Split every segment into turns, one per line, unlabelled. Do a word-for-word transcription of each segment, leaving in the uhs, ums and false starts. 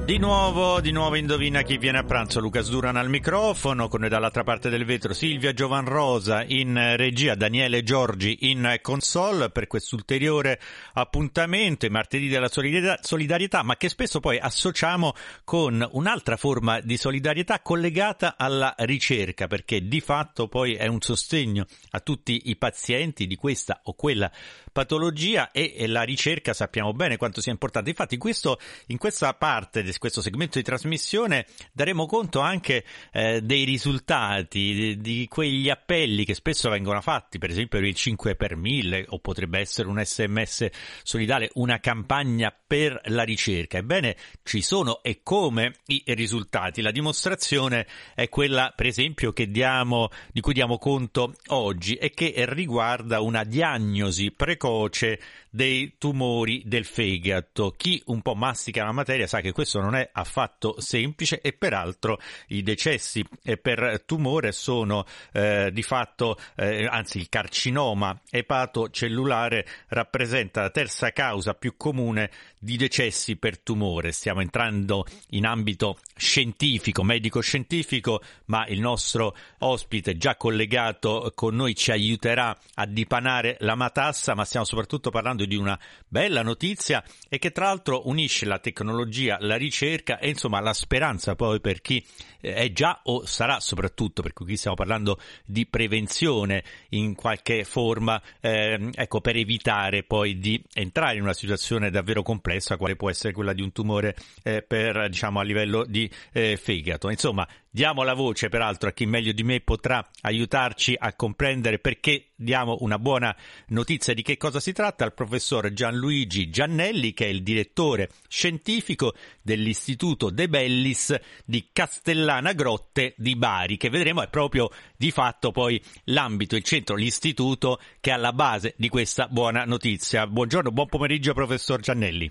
Di nuovo, di nuovo indovina chi viene a pranzo. Lucas Duran al microfono, con noi dall'altra parte del vetro Silvia Giovanrosa in regia, Daniele Giorgi in console per quest'ulteriore appuntamento, i martedì della solidarietà, ma che spesso poi associamo con un'altra forma di solidarietà collegata alla ricerca, perché di fatto poi è un sostegno a tutti i pazienti di questa o quella patologia, e la ricerca sappiamo bene quanto sia importante. Infatti questo, in questa parte di questo segmento di trasmissione daremo conto anche eh, dei risultati, di, di quegli appelli che spesso vengono fatti, per esempio per il cinque per mille, o potrebbe essere un esse emme esse solidale, una campagna per la ricerca. Ebbene, ci sono, e come, i risultati. La dimostrazione è quella, per esempio, che diamo, di cui diamo conto oggi, e che riguarda una diagnosi precoce dei tumori del fegato. Chi un po' mastica la materia sa che questo non è affatto semplice, e peraltro i decessi per tumore sono eh, di fatto, eh, anzi il carcinoma epatocellulare rappresenta la terza causa più comune di decessi per tumore. Stiamo entrando in ambito scientifico, medico-scientifico, ma il nostro ospite già collegato con noi ci aiuterà a dipanare la matassa, ma stiamo soprattutto parlando di una bella notizia, e che tra l'altro unisce la tecnologia, la ricerca e insomma la speranza poi per chi è già o sarà, soprattutto per cui qui stiamo parlando di prevenzione in qualche forma, eh, ecco, per evitare poi di entrare in una situazione davvero complessa quale può essere quella di un tumore eh, per, diciamo, a livello di eh, fegato. Insomma, diamo la voce peraltro a chi meglio di me potrà aiutarci a comprendere perché diamo una buona notizia, di che cosa si tratta, al professor Gianluigi Giannelli, che è il direttore scientifico dell'Istituto De Bellis di Castellana Grotte di Bari, che vedremo è proprio di fatto poi l'ambito, il centro, l'istituto che è alla base di questa buona notizia. Buongiorno, buon pomeriggio professor Giannelli.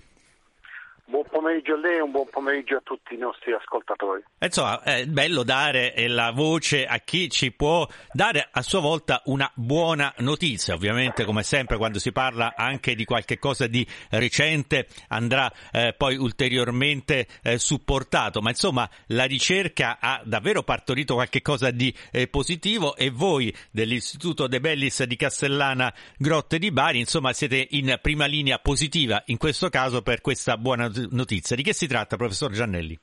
Buon pomeriggio a lei e un buon pomeriggio a tutti i nostri ascoltatori.
Insomma, è bello dare la voce a chi ci può dare a sua volta una buona notizia. Ovviamente, come sempre, quando si parla anche di qualche cosa di recente andrà eh, poi ulteriormente eh, supportato, ma insomma la ricerca ha davvero partorito qualche cosa di eh, positivo, e voi dell'Istituto De Bellis di Castellana Grotte di Bari, insomma, siete in prima linea positiva in questo caso per questa buona notizia. Di che si tratta, professor Giannelli?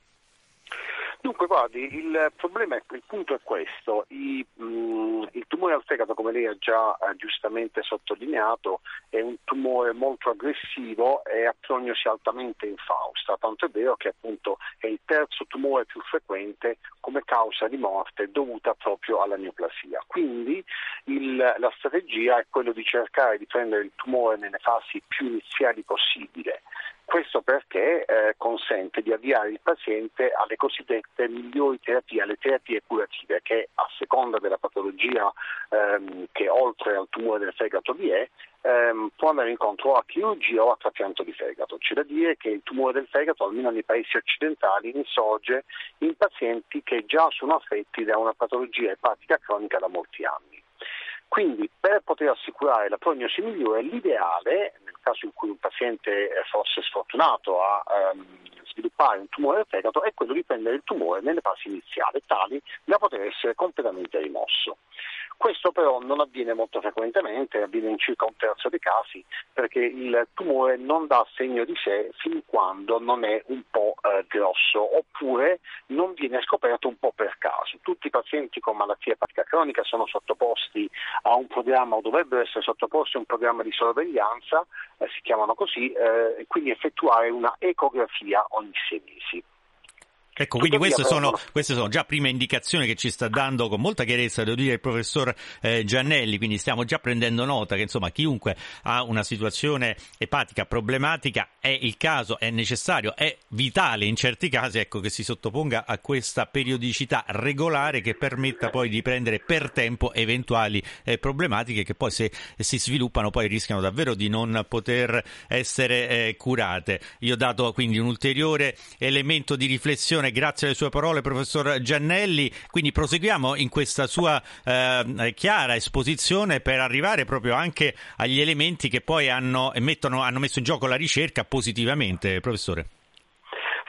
Dunque, guardi, il problema è, il punto è questo: I, mh, il tumore al fegato, come lei ha già eh, giustamente sottolineato, è un tumore molto aggressivo e a prognosi altamente infausta, tanto è vero che appunto è il terzo tumore più frequente come causa di morte dovuta proprio alla neoplasia. Quindi il, la strategia è quella di cercare di prendere il tumore nelle fasi più iniziali possibile. Questo perché eh, consente di avviare il paziente alle cosiddette migliori terapie, alle terapie curative, che a seconda della patologia ehm, che oltre al tumore del fegato vi è, ehm, può andare incontro a chirurgia o a trapianto di fegato. C'è da dire che il tumore del fegato, almeno nei paesi occidentali, insorge in pazienti che già sono affetti da una patologia epatica cronica da molti anni. Quindi, per poter assicurare la prognosi migliore, l'ideale, nel caso in cui un paziente fosse sfortunato a um, sviluppare un tumore del fegato, è quello di prendere il tumore nelle fasi iniziali, tali da poter essere completamente rimosso. Questo però non avviene molto frequentemente, avviene in circa un terzo dei casi, perché il tumore non dà segno di sé fin quando non è un po' eh, grosso, oppure non viene scoperto un po' per caso. Tutti i pazienti con malattia epatica cronica sono sottoposti a un programma, o dovrebbero essere sottoposti a un programma di sorveglianza, eh, si chiamano così, eh, e quindi effettuare una ecografia ogni sei mesi.
Ecco, quindi queste sono, queste sono già prime indicazioni che ci sta dando con molta chiarezza, devo dire, il professor eh, Giannelli, quindi stiamo già prendendo nota che insomma chiunque ha una situazione epatica problematica è il caso, è necessario, è vitale in certi casi, ecco, che si sottoponga a questa periodicità regolare che permetta poi di prendere per tempo eventuali eh, problematiche che poi se si sviluppano poi rischiano davvero di non poter essere eh, curate. Io ho dato quindi un ulteriore elemento di riflessione grazie alle sue parole, professor Giannelli, quindi proseguiamo in questa sua eh, chiara esposizione per arrivare proprio anche agli elementi che poi hanno, mettono, hanno messo in gioco la ricerca positivamente, professore.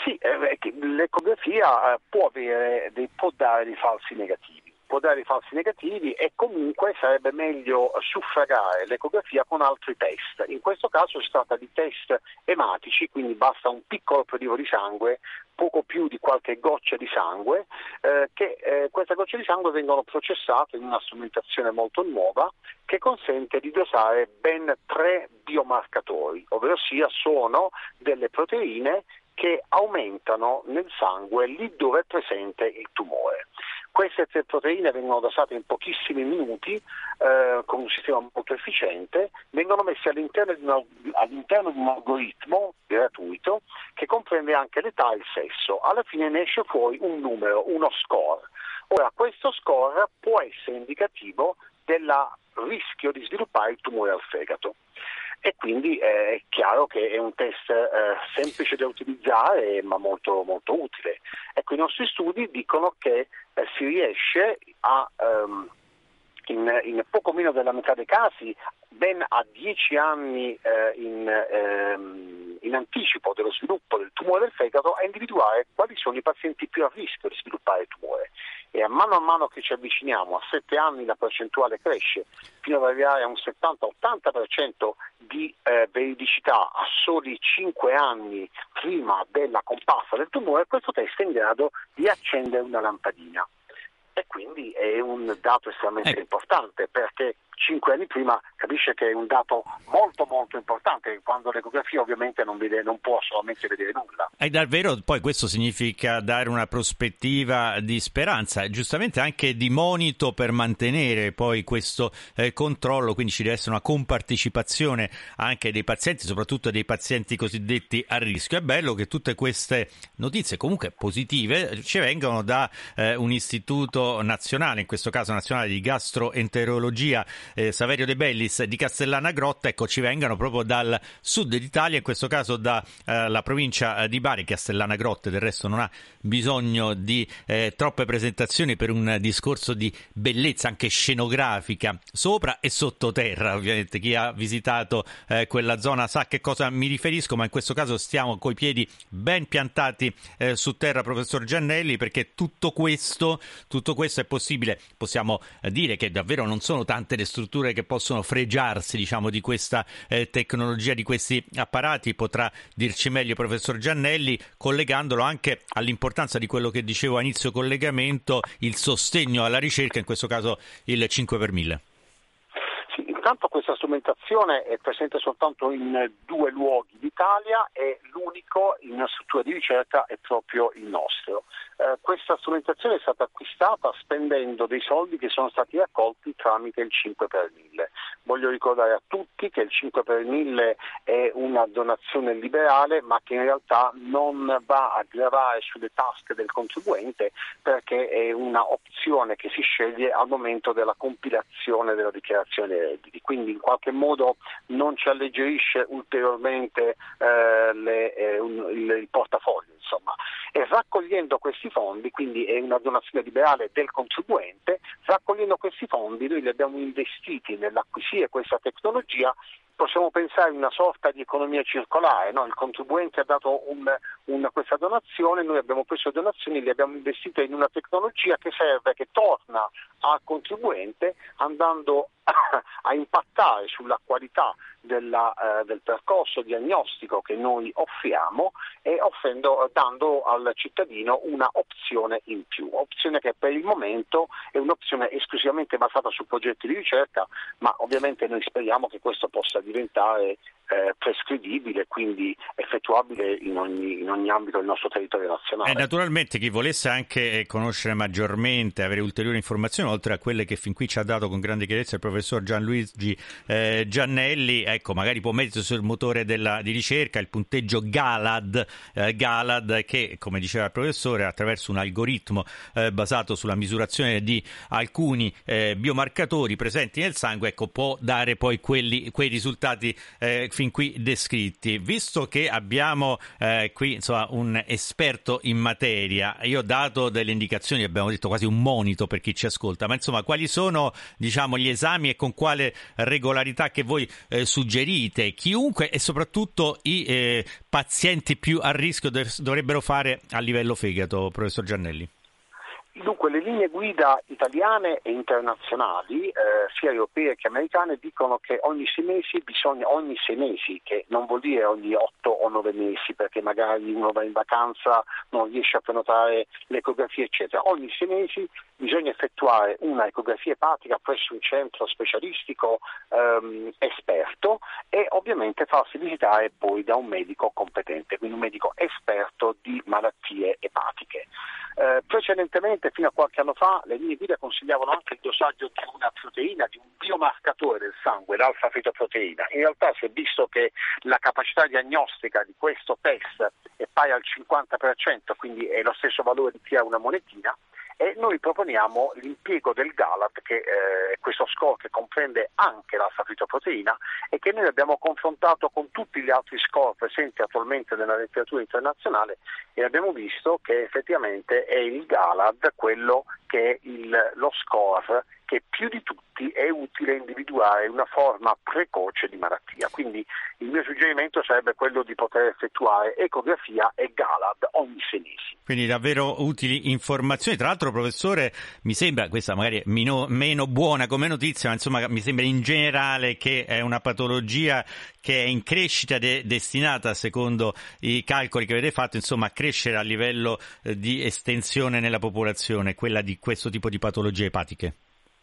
Sì, eh, l'ecografia eh, può avere dei, può dare dei falsi negativi. può dare i falsi negativi e comunque sarebbe meglio suffragare l'ecografia con altri test. In questo caso si tratta di test ematici, quindi basta un piccolo prelievo di sangue, poco più di qualche goccia di sangue, eh, che eh, queste gocce di sangue vengono processate in una strumentazione molto nuova che consente di dosare ben tre biomarcatori, ovvero sia sono delle proteine che aumentano nel sangue lì dove è presente il tumore. Queste tre proteine vengono dosate in pochissimi minuti eh, con un sistema molto efficiente, vengono messe all'interno di, una, all'interno di un algoritmo gratuito che comprende anche l'età e il sesso. Alla fine ne esce fuori un numero, uno score. Ora, questo score può essere indicativo del rischio di sviluppare il tumore al fegato. E quindi eh, è chiaro che è un test eh, semplice da utilizzare ma molto, molto utile. Ecco, i nostri studi dicono che eh, si riesce a, um, in, in poco meno della metà dei casi, ben a dieci anni eh, in, ehm, in anticipo dello sviluppo del tumore del fegato, a individuare quali sono i pazienti più a rischio di sviluppare il tumore. E a mano a mano che ci avviciniamo, a sette anni la percentuale cresce fino ad arrivare a un settanta ottanta per cento di eh, veridicità a soli cinque anni prima della comparsa del tumore. Questo test è in grado di accendere una lampadina. E quindi è un dato estremamente eh. importante, perché cinque anni prima capisce che è un dato molto molto importante, quando l'ecografia ovviamente non vede, non può solamente vedere nulla.
E davvero poi questo significa dare una prospettiva di speranza, giustamente anche di monito per mantenere poi questo eh, controllo, quindi ci deve essere una compartecipazione anche dei pazienti, soprattutto dei pazienti cosiddetti a rischio. È bello che tutte queste notizie comunque positive ci vengono da eh, un istituto nazionale, in questo caso nazionale di gastroenterologia, Eh, Saverio De Bellis di Castellana Grotta, ecco, ci vengano proprio dal sud d'Italia, in questo caso dalla eh, provincia di Bari. Castellana Grotta del resto non ha bisogno di eh, troppe presentazioni per un discorso di bellezza anche scenografica sopra e sottoterra. Ovviamente chi ha visitato eh, quella zona sa a che cosa mi riferisco, ma in questo caso stiamo coi piedi ben piantati eh, su terra, professor Giannelli, perché tutto questo tutto questo è possibile. Possiamo eh, dire che davvero non sono tante le strutture che possono fregiarsi, diciamo, di questa eh, tecnologia, di questi apparati. Potrà dirci meglio professor Giannelli, collegandolo anche all'importanza di quello che dicevo a inizio collegamento, il sostegno alla ricerca, in questo caso il cinque per mille.
Sì, intanto questa strumentazione è presente soltanto in due luoghi d'Italia e l'unico in una struttura di ricerca è proprio il nostro. Eh, questa strumentazione è stata acquistata spendendo dei soldi che sono stati raccolti tramite il cinque per mille. Voglio ricordare a tutti che il cinque per mille è una donazione liberale, ma che in realtà non va a gravare sulle tasche del contribuente, perché è una opzione che si sceglie al momento della compilazione della dichiarazione dei redditi. Quindi in qualche modo non ci alleggerisce ulteriormente eh, le, eh, un, il, il portafoglio, insomma. E raccogliendo questi fondi, quindi è una donazione liberale del contribuente, raccogliendo questi fondi noi li abbiamo investiti nell'acquisire questa tecnologia. Possiamo pensare in una sorta di economia circolare, no? Il contribuente ha dato un, un, questa donazione, noi abbiamo preso le donazioni e le abbiamo investite in una tecnologia che serve, che torna al contribuente, andando a, a impattare sulla qualità della, eh, del percorso diagnostico che noi offriamo e offrendo, dando al cittadino una opzione in più, opzione che per il momento è un'opzione esclusivamente basata su progetti di ricerca, ma ovviamente noi speriamo che questo possa diventare eh, prescrivibile, quindi effettuabile in ogni, in ogni ambito del nostro territorio nazionale.
E naturalmente chi volesse anche conoscere maggiormente, avere ulteriori informazioni oltre a quelle che fin qui ci ha dato con grande chiarezza il professor Gianluigi eh, Giannelli, ecco, magari può mettere sul motore della, di ricerca il punteggio Galad, eh, Galad che, come diceva il professore, attraverso un algoritmo eh, basato sulla misurazione di alcuni eh, biomarcatori presenti nel sangue, ecco, può dare poi quelli, quei risultati eh, fin qui descritti. Visto che abbiamo eh, qui insomma un esperto in materia, io ho dato delle indicazioni, abbiamo detto quasi un monito per chi ci ascolta, ma insomma quali sono, diciamo, gli esami esami e con quale regolarità che voi eh, suggerite. Chiunque e soprattutto i eh, pazienti più a rischio dov- dovrebbero fare a livello fegato, professor Giannelli?
Dunque, le linee guida italiane e internazionali, eh, sia europee che americane, dicono che ogni sei mesi bisogna, ogni sei mesi, che non vuol dire ogni otto o nove mesi, perché magari uno va in vacanza, non riesce a prenotare l'ecografia, eccetera. Ogni sei mesi bisogna effettuare una ecografia epatica presso un centro specialistico ehm, esperto e ovviamente farsi visitare poi da un medico competente, quindi un medico esperto di malattie epatiche. Eh, precedentemente, fino a qualche anno fa, le linee guida consigliavano anche il dosaggio di una proteina, di un biomarcatore del sangue, l'alfa-fetoproteina. In realtà si è visto che la capacità diagnostica di questo test è pari al cinquanta per cento, quindi è lo stesso valore di chi ha una monetina, e noi proponiamo l'impiego del GALAD, che è questo score che comprende anche l'alfa-fetoproteina e che noi abbiamo confrontato con tutti gli altri score presenti attualmente nella letteratura internazionale, e abbiamo visto che effettivamente è il GALAD quello che è il, lo score che più di tutti è utile individuare una forma precoce di malattia. Quindi il mio suggerimento sarebbe quello di poter effettuare ecografia e GALAD ogni sei mesi.
Quindi davvero utili informazioni. Tra l'altro, professore, mi sembra, questa magari è meno, meno buona come notizia, ma insomma mi sembra in generale che è una patologia che è in crescita ed è destinata, secondo i calcoli che avete fatto, insomma, a crescere a livello eh, di estensione nella popolazione, quella di questo tipo di patologie epatiche.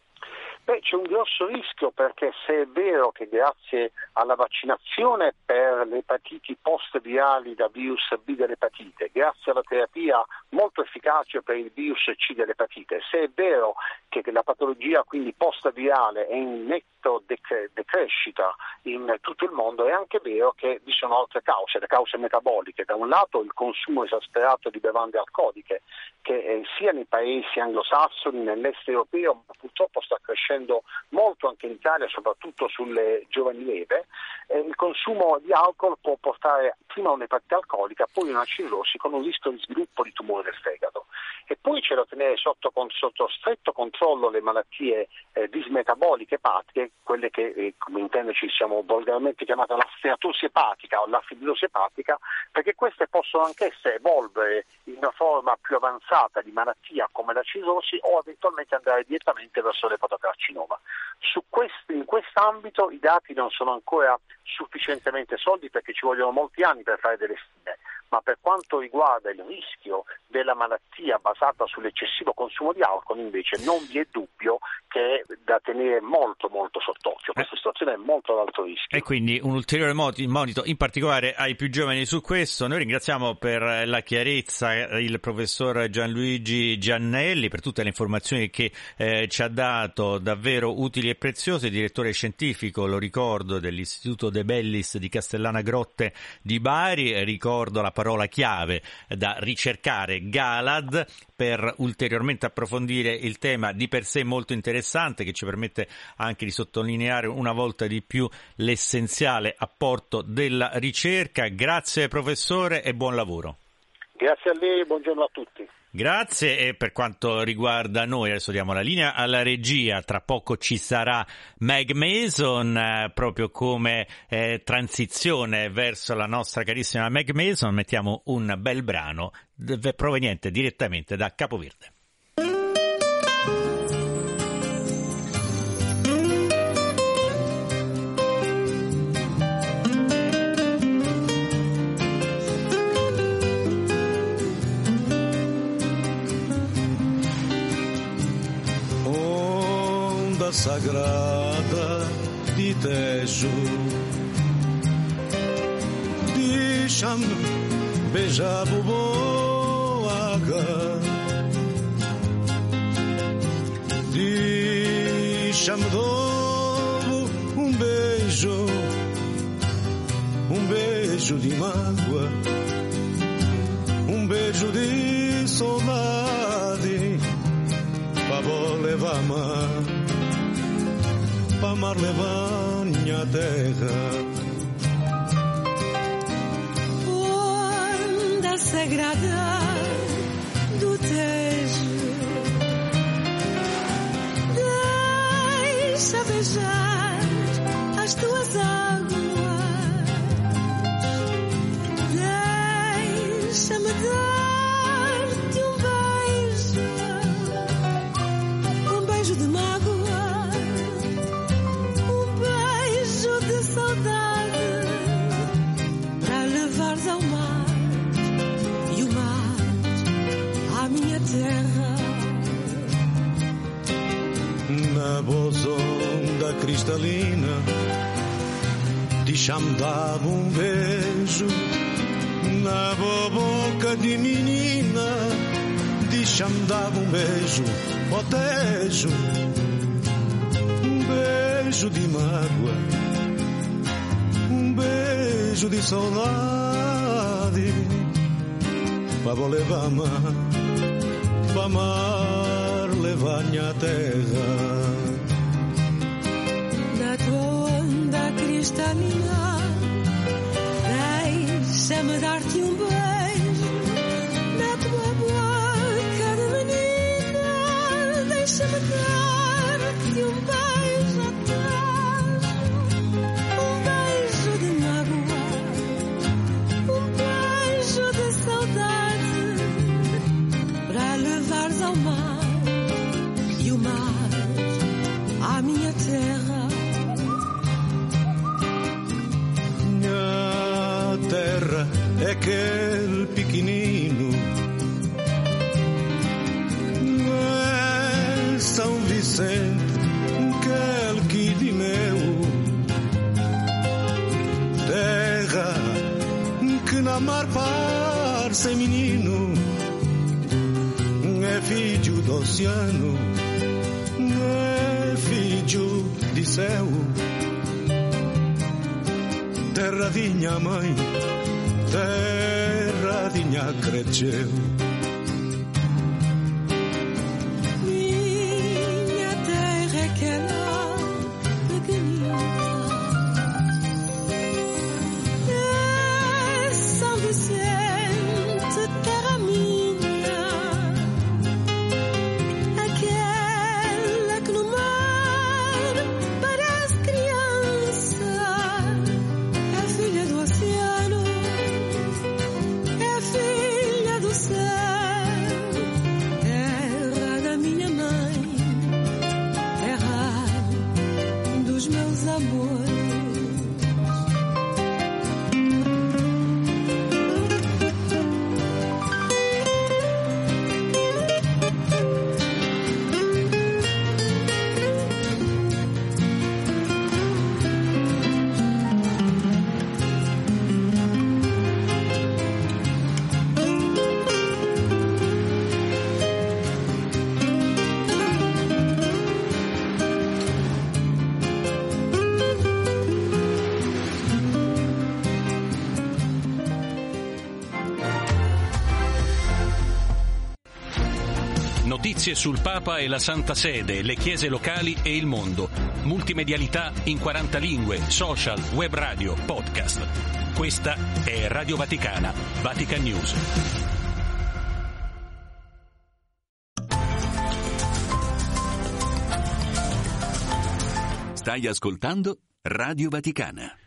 Beh, c'è un grosso rischio, perché se è vero che grazie alla vaccinazione per le epatiti post-virali da virus B dell'epatite, grazie alla terapia molto efficace per il virus C dell'epatite, se è vero che la patologia quindi post-virale è in netto dec- decrescita in tutto il mondo, è anche vero che vi sono altre cause, le cause metaboliche. Da un lato il consumo esasperato di bevande alcoliche, che eh, sia nei paesi anglosassoni, nell'est europeo, ma purtroppo sta crescendo molto anche in Italia, soprattutto sulle giovani leve. Eh, il consumo di alcol può portare prima a un'epatite alcolica, poi a una cirrosi con un rischio di sviluppo di tumore del fegato. E poi c'è da tenere sotto, sotto stretto controllo le malattie eh, dismetaboliche epatiche, quelle che, eh, come intenderci, siamo volgarmente chiamate la steatosi epatica o la fibrosi epatica, perché queste possono anch'esse evolvere in una forma più avanzata di malattia come la cirrosi, o eventualmente andare direttamente verso l'epatocarcinoma. Su questi, in quest'ambito i dati non sono ancora sufficientemente solidi, perché ci vogliono molti anni per fare delle stime, ma per quanto riguarda il rischio della malattia basata sull'eccessivo consumo di alcol, invece non vi è dubbio che è da tenere molto molto sott'occhio. Questa situazione è molto ad alto rischio.
E quindi un ulteriore monito in particolare ai più giovani su questo. Noi ringraziamo per la chiarezza il professor Gianluigi Giannelli, per tutte le informazioni che eh, ci ha dato, davvero utili e preziose, direttore scientifico, lo ricordo, dell'Istituto De Bellis di Castellana Grotte di Bari. Ricordo la parola chiave da ricercare, GALAD, per ulteriormente approfondire il tema di per sé molto interessante, che ci permette anche di sottolineare una volta di più l'essenziale apporto della ricerca. Grazie professore e buon lavoro.
Grazie a lei e buongiorno a tutti.
Grazie, e per quanto riguarda noi adesso diamo la linea alla regia, tra poco ci sarà Meg Mason, eh, proprio come eh, transizione verso la nostra carissima Meg Mason mettiamo un bel brano d- proveniente direttamente da Capoverde.
Sagrada di Tejo, deixa-me beijar o boaga, deixa-me dou um beijo, um beijo de mágoa, um beijo de saudade, pra vou levar-me pa' mar levar minha terra.
Onda sagrada do Tejo, deixa beijar as tuas águas, deixa-me dar-te um beijo, um beijo de mágoa, um beijo de saudade, para levares ao mar e o mar à minha terra.
Na voz onda cristalina deixa-me dar um beijo, na boca de menina deixa-me dar um beijo, ó Tejo, um beijo de mágoa, um beijo de saudade, para vou levar-me, para amar, levar minha terra.
Na tua onda cristalina, deixa-me dar-te um beijo, na tua boca de menina, deixa-me dar-te um beijo, um beijo de mágoa, um beijo de saudade, para levares ao mar e o mar à minha terra.
Minha terra é aquele pequenino, é São Vicente, aquele que de meu, terra que na mar parece menino, é filho do oceano, é filho de céu, terra de minha mãe, terra de minha cresceu.
Minha terra é aquela pequenina, é São Vicente, terra minha, aquela que no mar parece criança, é filha do oceano, é filha do céu, terra da minha mãe, terra dos meus amores.
Notizie sul Papa e la Santa Sede, le chiese locali e il mondo. Multimedialità in quaranta lingue, social, web radio, podcast. Questa è Radio Vaticana, Vatican News.
Stai ascoltando Radio Vaticana.